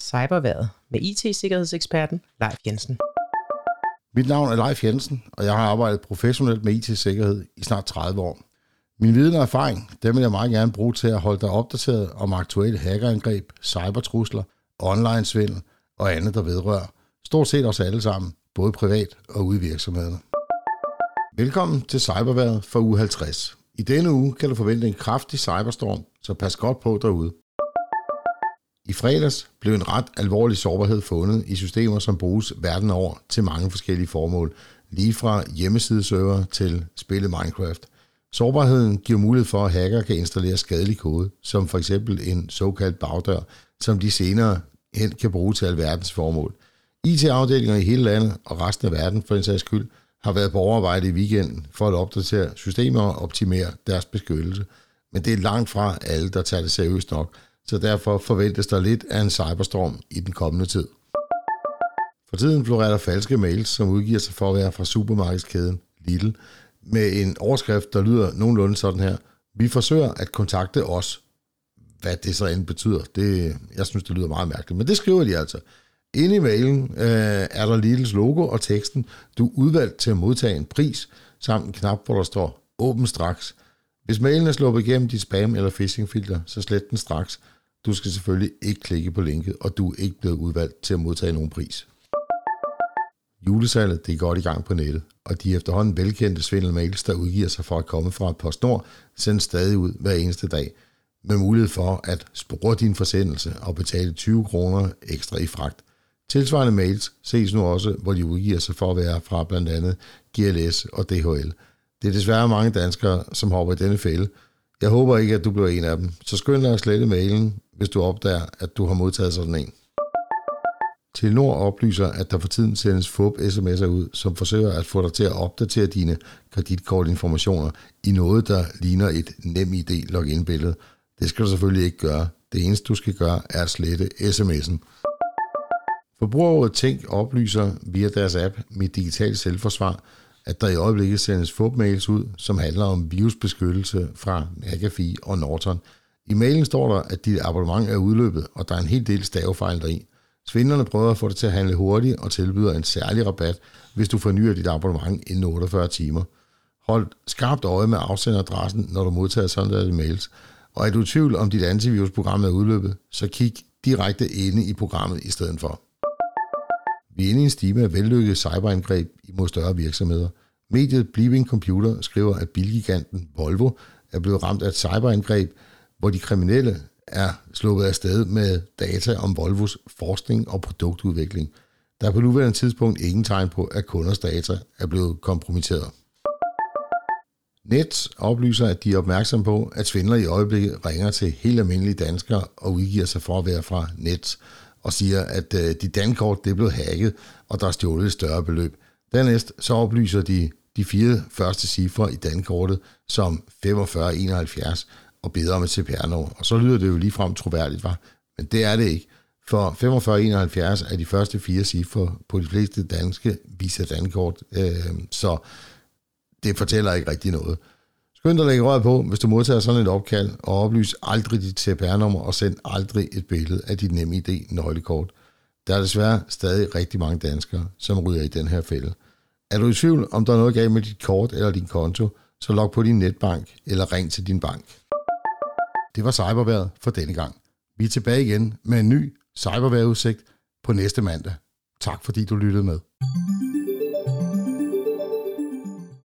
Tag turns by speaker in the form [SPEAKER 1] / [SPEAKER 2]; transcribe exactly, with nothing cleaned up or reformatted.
[SPEAKER 1] Cyberværet med I T-sikkerhedseksperten Leif Jensen.
[SPEAKER 2] Mit navn er Leif Jensen, og jeg har arbejdet professionelt med I T-sikkerhed i snart tredive år. Min viden og erfaring, dem vil jeg meget gerne bruge til at holde dig opdateret om aktuelle hackerangreb, cybertrusler, online-svindel og andet, der vedrører stort set os alle sammen, både privat og ude i virksomhederne. Velkommen til Cyberværet for uge halvtreds. I denne uge kan du forvente en kraftig cyberstorm, så pas godt på derude. I fredags blev en ret alvorlig sårbarhed fundet i systemer, som bruges verden over til mange forskellige formål, lige fra hjemmesideserver til spillet Minecraft. Sårbarheden giver mulighed for, at hacker kan installere skadelig kode, som for eksempel en såkaldt bagdør, som de senere hen kan bruge til alverdens formål. I T-afdelinger i hele landet og resten af verden for en sags skyld har været på overarbejde i weekenden for at opdatere systemer og optimere deres beskyttelse. Men det er langt fra alle, der tager det seriøst nok, så derfor forventes der lidt af en cyberstorm i den kommende tid. For tiden florerer der falske mails, som udgiver sig for at være fra supermarkedskæden Lidl, med en overskrift, der lyder nogenlunde sådan her: Vi forsøger at kontakte os. Hvad det så end betyder, det, jeg synes, det lyder meget mærkeligt, men det skriver de altså. Inde i mailen øh, er der Lidls logo og teksten: Du er udvalgt til at modtage en pris, samt en knap, hvor der står åbn straks. Hvis mailen er sluppet igennem dit spam- eller phishing-filter, så slet den straks. Du skal selvfølgelig ikke klikke på linket, og du er ikke blevet udvalgt til at modtage nogen pris. Julesalget, det er godt i gang på nettet, og de efterhånden velkendte svindelmails, der udgiver sig for at komme fra PostNord, sendes stadig ud hver eneste dag, med mulighed for at spore din forsendelse og betale tyve kroner ekstra i fragt. Tilsvarende mails ses nu også, hvor de udgiver sig for at være fra blandt andet G L S og D H L. Det er desværre mange danskere, som hopper i denne fælde. Jeg håber ikke, at du bliver en af dem, så skynd dig at slette mailen, hvis du opdager, at du har modtaget sådan en. Telenor oplyser, at der for tiden sendes fup sms'er ud, som forsøger at få dig til at opdatere dine kreditkortinformationer i noget, der ligner et NemID login-billede. Det skal du selvfølgelig ikke gøre. Det eneste, du skal gøre, er at slette sms'en. Forbrugerrådet Tænk oplyser via deres app Mit Digitalt Selvforsvar, at der i øjeblikket sendes fup-mails ud, som handler om virusbeskyttelse fra McAfee og Norton. I mailen står der, at dit abonnement er udløbet, og der er en hel del stavefejl deri. Svindlerne prøver at få dig til at handle hurtigt og tilbyder en særlig rabat, hvis du fornyer dit abonnement inden otteogfyrre timer. Hold skarpt øje med afsenderadressen, når du modtager sådan mails. Og er du i tvivl om dit antivirusprogram er udløbet, så kig direkte inde i programmet i stedet for. Vi er inde i en stime af vellykkede cyberangreb imod større virksomheder. Mediet Bleeping Computer skriver, at bilgiganten Volvo er blevet ramt af et cyberangreb, hvor de kriminelle er sluppet af sted med data om Volvos forskning og produktudvikling. Der er på nuværende tidspunkt ingen tegn på, at kunders data er blevet kompromitteret. Nets oplyser, at de er opmærksom på, at svindlere i øjeblikket ringer til helt almindelige danskere og udgiver sig for at være fra Nets, og siger, at de dankort det er blevet hacket, og der er stjålet et større beløb. Dernæst så oplyser de de fire første cifre i dankortet som femogfyrre enoghalvfjerds og beder om et C P R-nummer. Og så lyder det jo ligefrem troværdigt, var. Men det er det ikke. For femogfyrre enoghalvfjerds er de første fire cifre på de fleste danske Visa dankort, øh, så det fortæller ikke rigtig noget. Skynd dig at lægge røret på, hvis du modtager sådan et opkald, og oplys aldrig dit C P R-nummer og send aldrig et billede af dit NemID-nøglekort. Der er desværre stadig rigtig mange danskere, som ryger i den her fælde. Er du i tvivl, om der er noget galt med dit kort eller din konto, så log på din netbank eller ring til din bank. Det var Cyberværet for denne gang. Vi er tilbage igen med en ny Cyberværetudsigt på næste mandag. Tak fordi du lyttede med.